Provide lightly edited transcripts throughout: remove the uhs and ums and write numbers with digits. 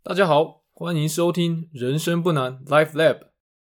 大家好，欢迎收听人生不难 Life Lab。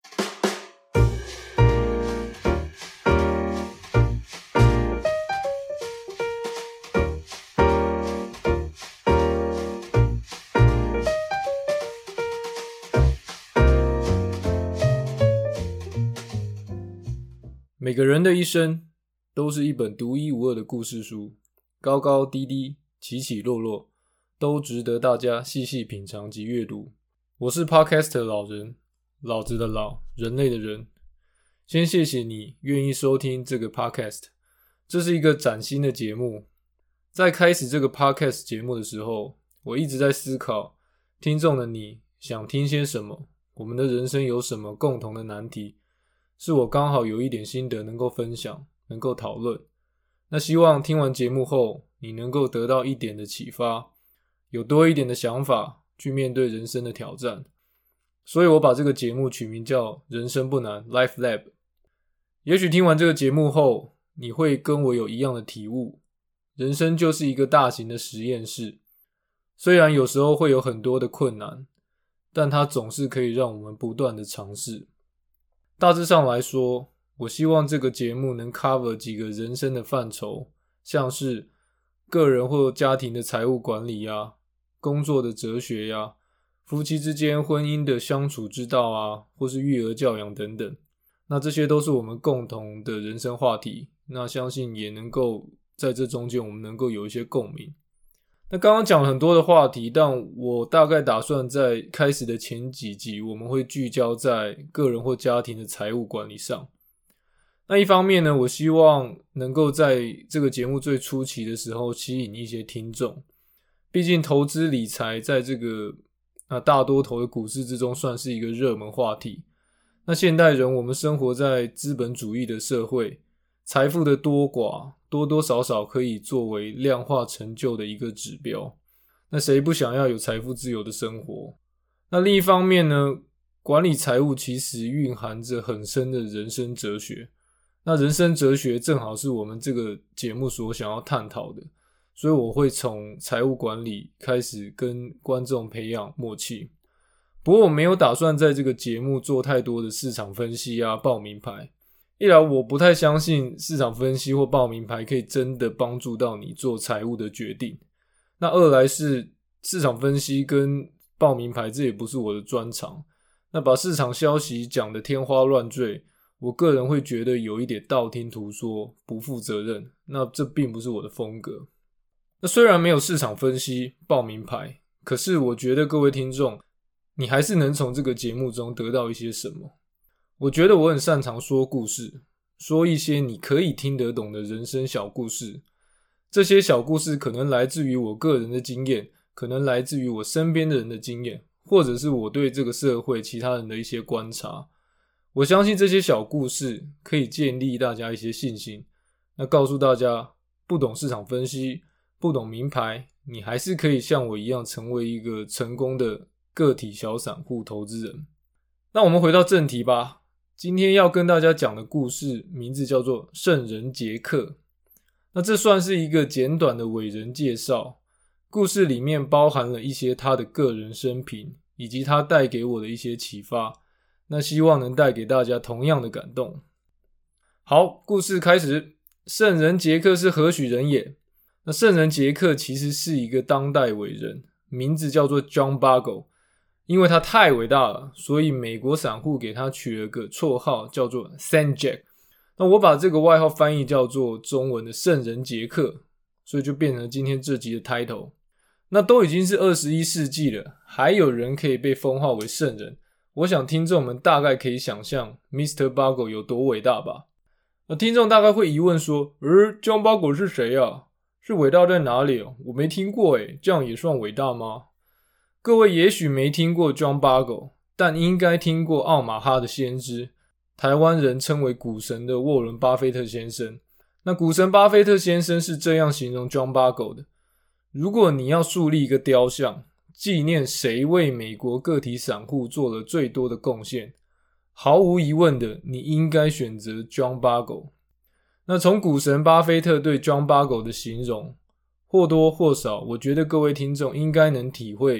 每个人的一生都是一本独一无二的故事书，高高低低，起起落落，都值得大家细细品尝及阅读。我是 Podcast 老人，老子的老，人类的人。先谢谢你愿意收听这个 Podcast， 这是一个崭新的节目。在开始这个 Podcast 节目的时候，我一直在思考，听众的你想听些什么，我们的人生有什么共同的难题，是我刚好有一点心得能够分享，能够讨论。那希望听完节目后，你能够得到一点的启发，有多一点的想法去面对人生的挑战。所以我把这个节目取名叫人生不难 Life Lab。 也许听完这个节目后，你会跟我有一样的体悟，人生就是一个大型的实验室，虽然有时候会有很多的困难，但它总是可以让我们不断的尝试。大致上来说，我希望这个节目能 cover 几个人生的范畴，像是个人或家庭的财务管理啊，工作的哲学呀，夫妻之间婚姻的相处之道啊，或是育儿教养等等。那这些都是我们共同的人生话题，那相信也能够在这中间我们能够有一些共鸣。那刚刚讲了很多的话题，但我大概打算在开始的前几集我们会聚焦在个人或家庭的财务管理上。那一方面呢，我希望能够在这个节目最初期的时候吸引一些听众，毕竟投资理财在这个大多头的股市之中算是一个热门话题。那现代人我们生活在资本主义的社会，财富的多寡多多少少可以作为量化成就的一个指标，那谁不想要有财富自由的生活？那另一方面呢，管理财务其实蕴含着很深的人生哲学，那人生哲学正好是我们这个节目所想要探讨的，所以我会从财务管理开始跟观众培养默契。不过我没有打算在这个节目做太多的市场分析啊、报名牌。一来我不太相信市场分析或报名牌可以真的帮助到你做财务的决定。那二来是市场分析跟报名牌这也不是我的专长。那把市场消息讲得天花乱坠，我个人会觉得有一点道听途说，不负责任。那这并不是我的风格。那虽然没有市场分析、报名牌，可是我觉得各位听众，你还是能从这个节目中得到一些什么。我觉得我很擅长说故事，说一些你可以听得懂的人生小故事。这些小故事可能来自于我个人的经验，可能来自于我身边的人的经验，或者是我对这个社会其他人的一些观察。我相信这些小故事可以建立大家一些信心，那告诉大家，不懂市场分析，不懂名牌，你还是可以像我一样成为一个成功的个体小散户投资人。那我们回到正题吧。今天要跟大家讲的故事名字叫做圣人杰克。那这算是一个简短的伟人介绍，故事里面包含了一些他的个人生平，以及他带给我的一些启发，那希望能带给大家同样的感动。好，故事开始。圣人杰克是何许人也？那圣人杰克其实是一个当代伟人，名字叫做 John Bogle。因为他太伟大了，所以美国散户给他取了个绰号叫做 Saint Jack。 那我把这个外号翻译叫做中文的圣人杰克，所以就变成今天这集的 title。 那都已经是21世纪了，还有人可以被封号为圣人，我想听众们大概可以想象 Mr. Bogle 有多伟大吧。那听众大概会疑问说John Bogle 是谁啊？是伟大在哪里？我没听过耶，这样也算伟大吗？各位也许没听过 John Bogle， 但应该听过奥马哈的先知，台湾人称为股神的沃伦巴菲特先生。那股神巴菲特先生是这样形容 John Bogle 的：如果你要树立一个雕像，纪念谁为美国个体散户做了最多的贡献，毫无疑问的，你应该选择 John Bogle。那从股神巴菲特对 John Bogle 的形容，或多或少，我觉得各位听众应该能体会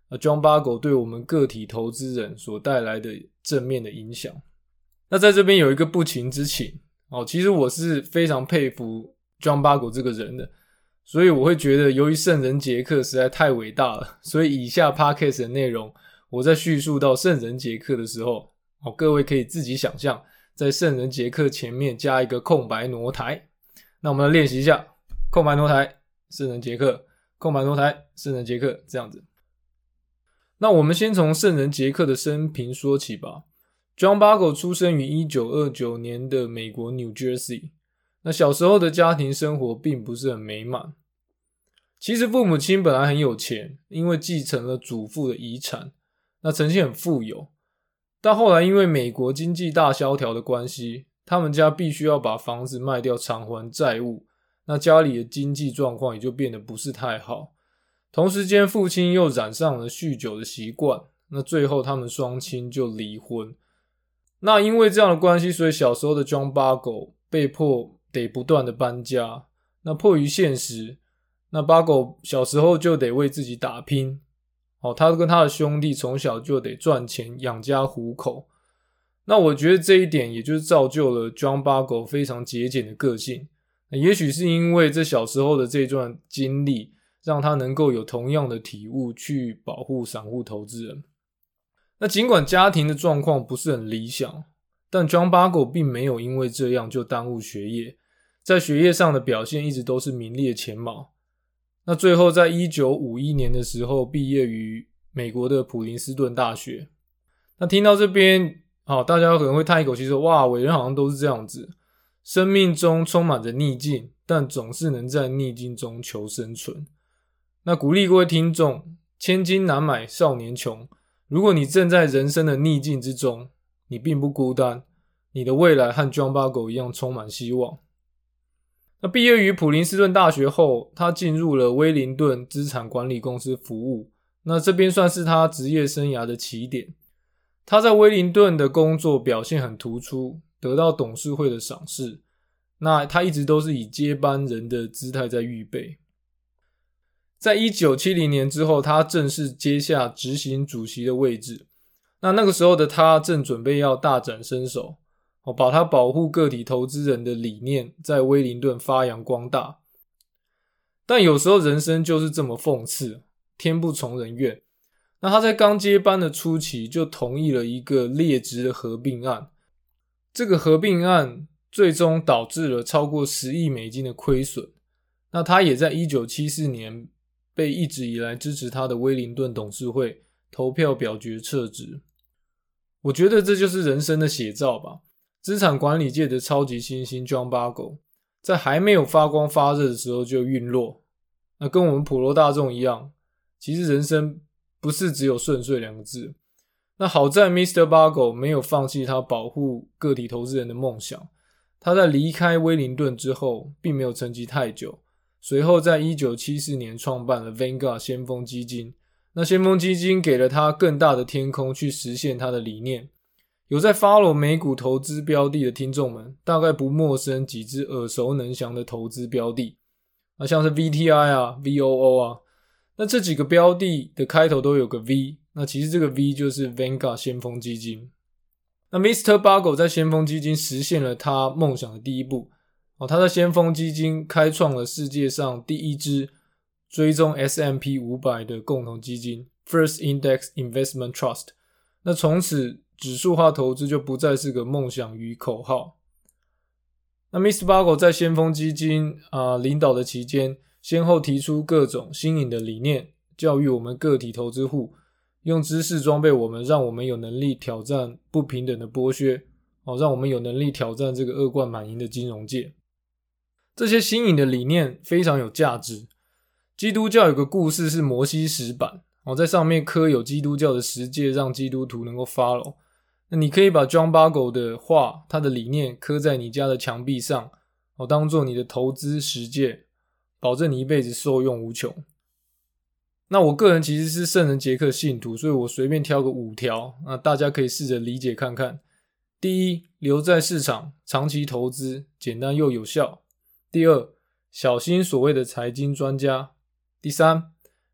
John Bogle 对我们个体投资人所带来的正面的影响。那在这边有一个不情之请其实我是非常佩服 John Bogle 这个人的，所以我会觉得由于圣人杰克实在太伟大了，所以以下 Podcast 的内容我在叙述到圣人杰克的时候各位可以自己想象在圣人杰克前面加一个空白挪台。那我们来练习一下，空白挪台圣人杰克，空白挪台圣人杰克，这样子。那我们先从圣人杰克的生平说起吧。John Bogle 出生于1929年的美国 New Jersey。那小时候的家庭生活并不是很美满。其实父母亲本来很有钱，因为继承了祖父的遗产，那曾经很富有。但后来因为美国经济大萧条的关系，他们家必须要把房子卖掉偿还债务，那家里的经济状况也就变得不是太好。同时间父亲又染上了酗酒的习惯，那最后他们双亲就离婚。那因为这样的关系，所以小时候的 John Bogle 被迫得不断的搬家。那迫于现实，那 Bogle 小时候就得为自己打拼。他跟他的兄弟从小就得赚钱养家糊口。那我觉得这一点也就是造就了 John Bogle 非常节俭的个性。也许是因为这小时候的这段经历，让他能够有同样的体悟去保护散户投资人。那尽管家庭的状况不是很理想，但 John Bogle 并没有因为这样就耽误学业，在学业上的表现一直都是名列前茅。那最后在1951年的时候毕业于美国的普林斯顿大学。那听到这边大家可能会叹一口气说，哇，伟人好像都是这样子，生命中充满着逆境，但总是能在逆境中求生存。那鼓励各位听众，千金难买少年穷，如果你正在人生的逆境之中，你并不孤单，你的未来和 John Bogle 一样充满希望。那毕业于普林斯顿大学后，他进入了威灵顿资产管理公司服务，那这边算是他职业生涯的起点。他在威灵顿的工作表现很突出，得到董事会的赏识。那他一直都是以接班人的姿态在预备。在1970年之后，他正式接下执行主席的位置。那个时候的他正准备要大展身手，把他保护个体投资人的理念在威灵顿发扬光大。但有时候人生就是这么讽刺，天不从人愿。那他在刚接班的初期就同意了一个劣质的合并案，这个合并案最终导致了超过10亿美金的亏损。那他也在1974年被一直以来支持他的威灵顿董事会投票表决撤职。我觉得这就是人生的写照吧。资产管理界的超级新星 John Bogle 在还没有发光发热的时候就陨落。那跟我们普罗大众一样，其实人生不是只有顺遂两个字。那好在 Mr. Bogle 没有放弃他保护个体投资人的梦想。他在离开威灵顿之后并没有沉寂太久，随后在1974年创办了 Vanguard 先锋基金。那先锋基金给了他更大的天空去实现他的理念。有在 follow 美股投资标的的听众们大概不陌生几只耳熟能详的投资标的，像是 VTI 啊 VOO 啊。那这几个标的的开头都有个 V， 那其实这个 V 就是 Vanguard 先锋基金。那 Mr. Bogle 在先锋基金实现了他梦想的第一步。他在先锋基金开创了世界上第一支追踪 S&P 500的共同基金 First Index Investment Trust。 那从此指数化投资就不再是个梦想与口号。那 Mr. Bogle 在先锋基金领导的期间，先后提出各种新颖的理念，教育我们个体投资户，用知识装备我们，让我们有能力挑战不平等的剥削，让我们有能力挑战这个恶贯满盈的金融界。这些新颖的理念非常有价值。基督教有个故事是摩西石板，在上面刻有基督教的十诫，让基督徒能够 follow。 那你可以把 John Bogle 的话，他的理念刻在你家的墙壁上，当做你的投资十诫，保证你一辈子受用无穷。那我个人其实是圣人杰克信徒，所以我随便挑个5条，那大家可以试着理解看看。第一，留在市场，长期投资，简单又有效。第二，小心所谓的财经专家。第三，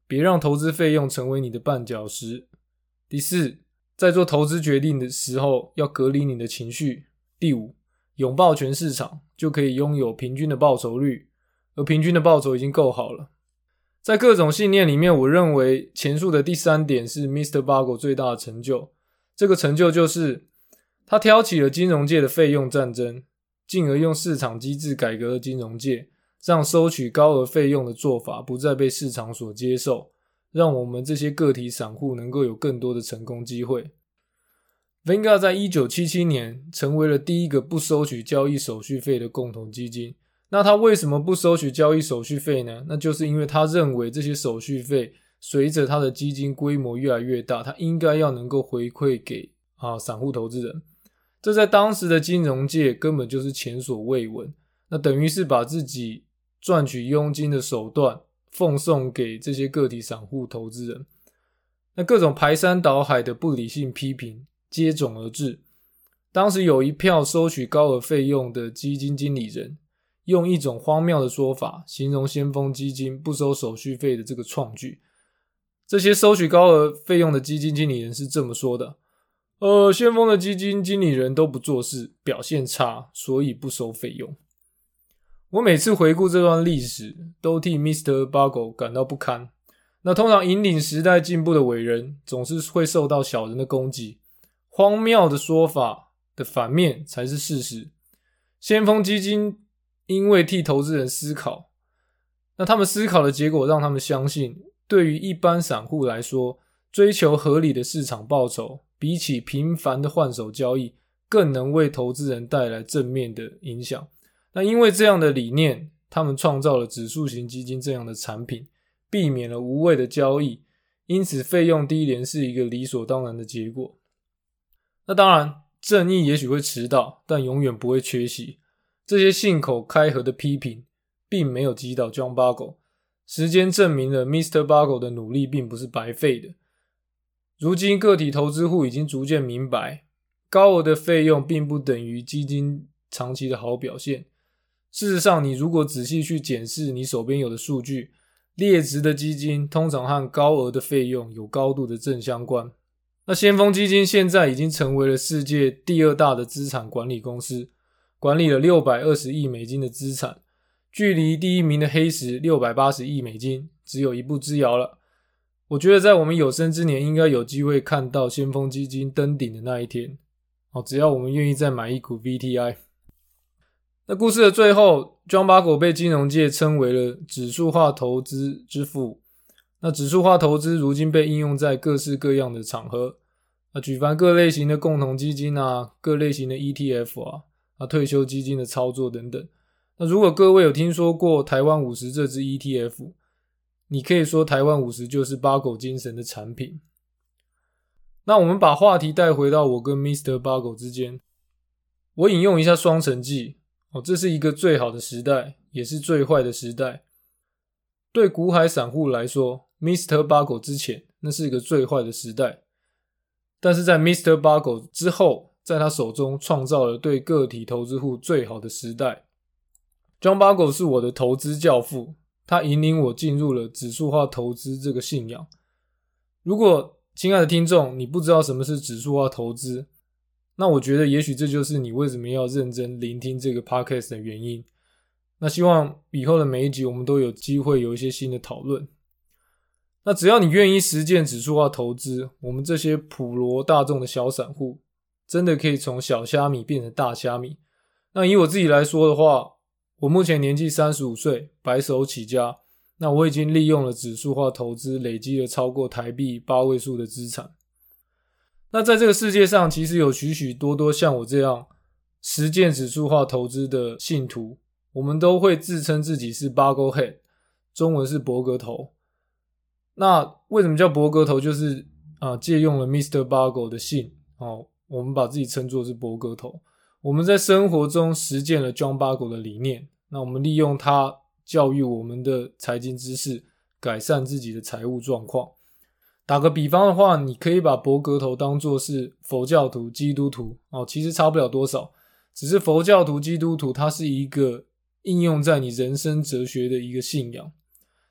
别让投资费用成为你的绊脚石。第4，在做投资决定的时候要隔离你的情绪。第5，拥抱全市场就可以拥有平均的报酬率，而平均的报酬已经够好了。在各种信念里面，我认为前述的第3点是 Mr. Bogle 最大的成就。这个成就就是他挑起了金融界的费用战争，进而用市场机制改革了金融界，让收取高额费用的做法不再被市场所接受，让我们这些个体散户能够有更多的成功机会。Vanguard 在1977年成为了第一个不收取交易手续费的共同基金。那他为什么不收取交易手续费呢？那就是因为他认为这些手续费随着他的基金规模越来越大，他应该要能够回馈给散户投资人。这在当时的金融界根本就是前所未闻，那等于是把自己赚取佣金的手段奉送给这些个体散户投资人。那各种排山倒海的不理性批评接踵而至。当时有一票收取高额费用的基金经理人用一种荒谬的说法形容先锋基金不收手续费的这个创举。这些收取高额费用的基金经理人是这么说的：先锋的基金经理人都不做事，表现差，所以不收费用。我每次回顾这段历史，都替 Mr. Bogle 感到不堪。那通常引领时代进步的伟人，总是会受到小人的攻击。荒谬的说法的反面才是事实。先锋基金因为替投资人思考，那他们思考的结果让他们相信，对于一般散户来说，追求合理的市场报酬，比起频繁的换手交易，更能为投资人带来正面的影响。那因为这样的理念，他们创造了指数型基金这样的产品，避免了无谓的交易，因此费用低廉是一个理所当然的结果。那当然，正义也许会迟到，但永远不会缺席。这些信口开河的批评并没有击倒 John Bogle， 时间证明了 Mr. Bogle 的努力并不是白费的。如今个体投资户已经逐渐明白，高额的费用并不等于基金长期的好表现。事实上，你如果仔细去检视你手边有的数据，劣质的基金通常和高额的费用有高度的正相关。那先锋基金现在已经成为了世界第2大的资产管理公司，管理了620亿美金的资产，距离第1名的黑石680亿美金只有一步之遥了。我觉得在我们有生之年应该有机会看到先锋基金登顶的那一天，只要我们愿意再买一股 VTI。 那故事的最后， John Bogle 被金融界称为了指数化投资之父。那指数化投资如今被应用在各式各样的场合，举凡各类型的共同基金各类型的 ETF 退休基金的操作等等。那如果各位有听说过台湾50这支 ETF， 你可以说台湾50就是 Bogle 精神的产品。那我们把话题带回到我跟 Mr. Bogle 之间，我引用一下双城记，这是一个最好的时代，也是最坏的时代。对股海散户来说， Mr. Bogle 之前那是一个最坏的时代，但是在 Mr. Bogle 之后，在他手中创造了对个体投资户最好的时代。 John Bogle 是我的投资教父，他引领我进入了指数化投资这个信仰。如果亲爱的听众你不知道什么是指数化投资，那我觉得也许这就是你为什么要认真聆听这个 podcast 的原因。那希望以后的每一集我们都有机会有一些新的讨论。那只要你愿意实践指数化投资，我们这些普罗大众的小散户真的可以从小虾米变成大虾米。那以我自己来说的话，我目前年纪35岁，白手起家，那我已经利用了指数化投资累积了超过台币8位数的资产。那在这个世界上，其实有许许多多像我这样实践指数化投资的信徒，我们都会自称自己是 Boglehead， 中文是伯格头。那为什么叫伯格头？就是借用了 Mr. Bogle 的姓，我们把自己称作是伯格头。我们在生活中实践了 John Bogle 的理念，那我们利用它教育我们的财经知识，改善自己的财务状况。打个比方的话，你可以把伯格头当作是佛教徒、基督徒，其实差不了多少，只是佛教徒、基督徒它是一个应用在你人生哲学的一个信仰。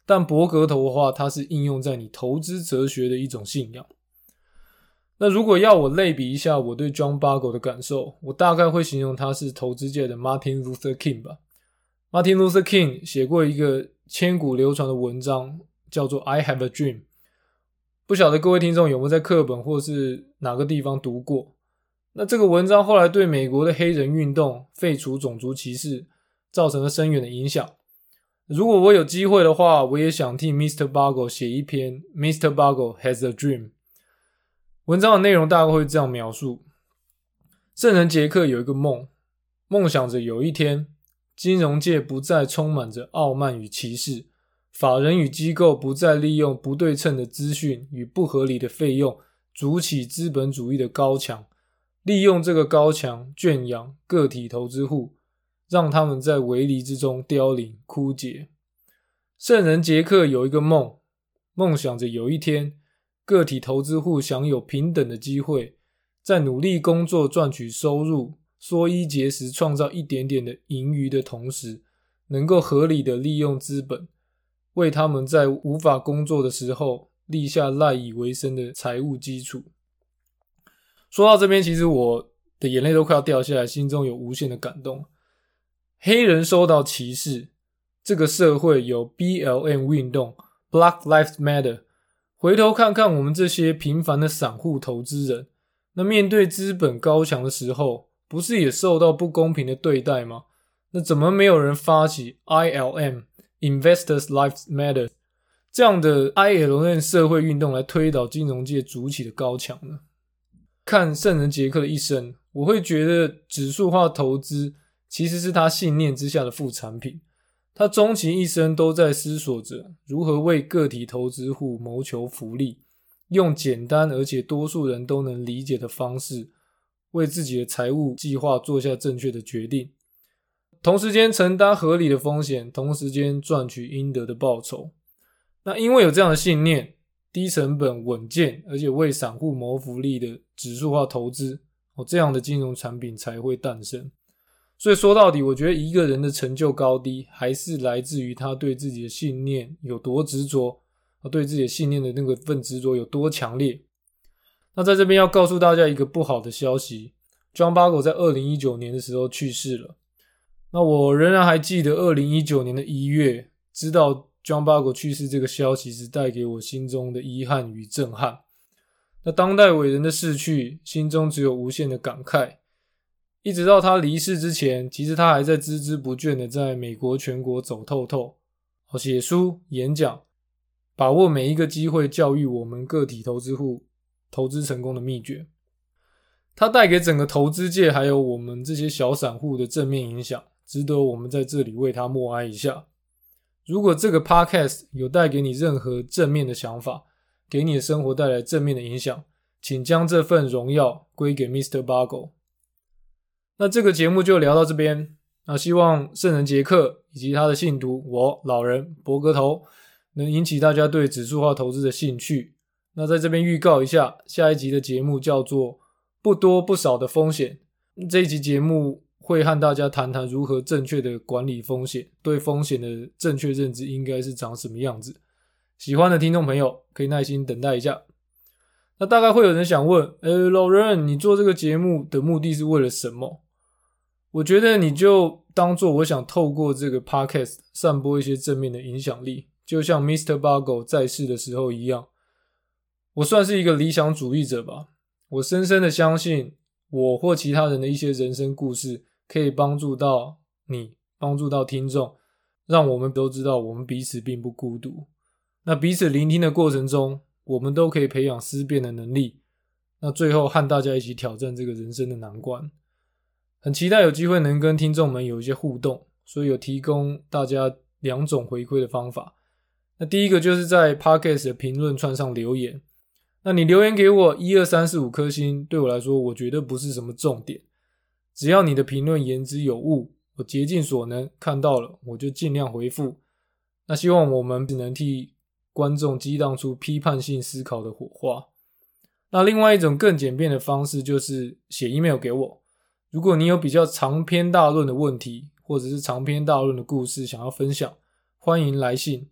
但博格头的话，它是应用在你投资哲学的一种信仰。那如果要我类比一下我对 John Bogle 的感受，我大概会形容他是投资界的 Martin Luther King 吧。Martin Luther King 写过一个千古流传的文章，叫做 I Have a Dream。不晓得各位听众有没有在课本或是哪个地方读过。那这个文章后来对美国的黑人运动、废除种族歧视造成了深远的影响。如果我有机会的话，我也想替 Mr. Bogle 写一篇 Mr. Bogle has a dream。文章的内容大概会这样描述：圣人杰克有一个梦，梦想着有一天，金融界不再充满着傲慢与歧视，法人与机构不再利用不对称的资讯与不合理的费用筑起资本主义的高墙，利用这个高墙圈养个体投资户，让他们在围篱之中凋零枯竭。圣人杰克有一个梦，梦想着有一天，个体投资户享有平等的机会，在努力工作赚取收入，缩衣节食创造一点点的盈余的同时，能够合理的利用资本，为他们在无法工作的时候立下赖以为生的财务基础。说到这边，其实我的眼泪都快要掉下来，心中有无限的感动。黑人受到歧视，这个社会有 BLM 运动 Black Lives Matter， 回头看看我们这些平凡的散户投资人，那面对资本高墙的时候，不是也受到不公平的对待吗？那怎么没有人发起 ILM Investors Lives Matter 这样的 ILM 社会运动来推倒金融界筑起的高墙呢？看圣人杰克的一生，我会觉得指数化投资其实是他信念之下的副产品。他终其一生都在思索着如何为个体投资户谋求福利，用简单而且多数人都能理解的方式，为自己的财务计划做下正确的决定，同时间承担合理的风险，同时间赚取应得的报酬。那因为有这样的信念，低成本稳健而且为散户谋福利的指数化投资，这样的金融产品才会诞生。所以说到底，我觉得一个人的成就高低还是来自于他对自己的信念有多执着，对自己的信念的那个份执着有多强烈。那在这边要告诉大家一个不好的消息， John Bogle 在2019年的时候去世了。那我仍然还记得2019年的1月，知道John Bogle 去世这个消息是带给我心中的遗憾与震撼。那当代伟人的逝去，心中只有无限的感慨。一直到他离世之前，其实他还在孜孜不倦的在美国全国走透透，写书、演讲，把握每一个机会教育我们个体投资户投资成功的秘诀。他带给整个投资界还有我们这些小散户的正面影响，值得我们在这里为他默哀一下。如果这个 podcast 有带给你任何正面的想法，给你的生活带来正面的影响，请将这份荣耀归给 Mr. Bogle。 那这个节目就聊到这边，那希望圣人杰克以及他的信徒我老人博格头能引起大家对指数化投资的兴趣。那在这边预告一下，下一集的节目叫做不多不少的风险。这一集节目会和大家谈谈如何正确的管理风险，对风险的正确认知应该是长什么样子。喜欢的听众朋友可以耐心等待一下。那大概会有人想问，老人，你做这个节目的目的是为了什么？我觉得你就当做我想透过这个 podcast 散播一些正面的影响力，就像 Mr. Bogle 在世的时候一样。我算是一个理想主义者吧，我深深的相信我或其他人的一些人生故事可以帮助到你，帮助到听众，让我们都知道我们彼此并不孤独。那彼此聆听的过程中，我们都可以培养思辨的能力，那最后和大家一起挑战这个人生的难关。很期待有机会能跟听众们有一些互动，所以有提供大家2种回馈的方法。那第一个就是在 Podcast 的评论串上留言，那你留言给我1、2、3、4、5颗星，对我来说我觉得不是什么重点，只要你的评论言之有物，我竭尽所能看到了我就尽量回复。那希望我们只能替观众激荡出批判性思考的火花。那另外一种更简便的方式就是写 email 给我，如果你有比较长篇大论的问题，或者是长篇大论的故事想要分享，欢迎来信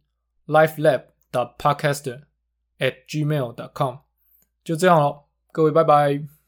lifelab.podcaster@gmail.com。就这样咯，各位拜拜。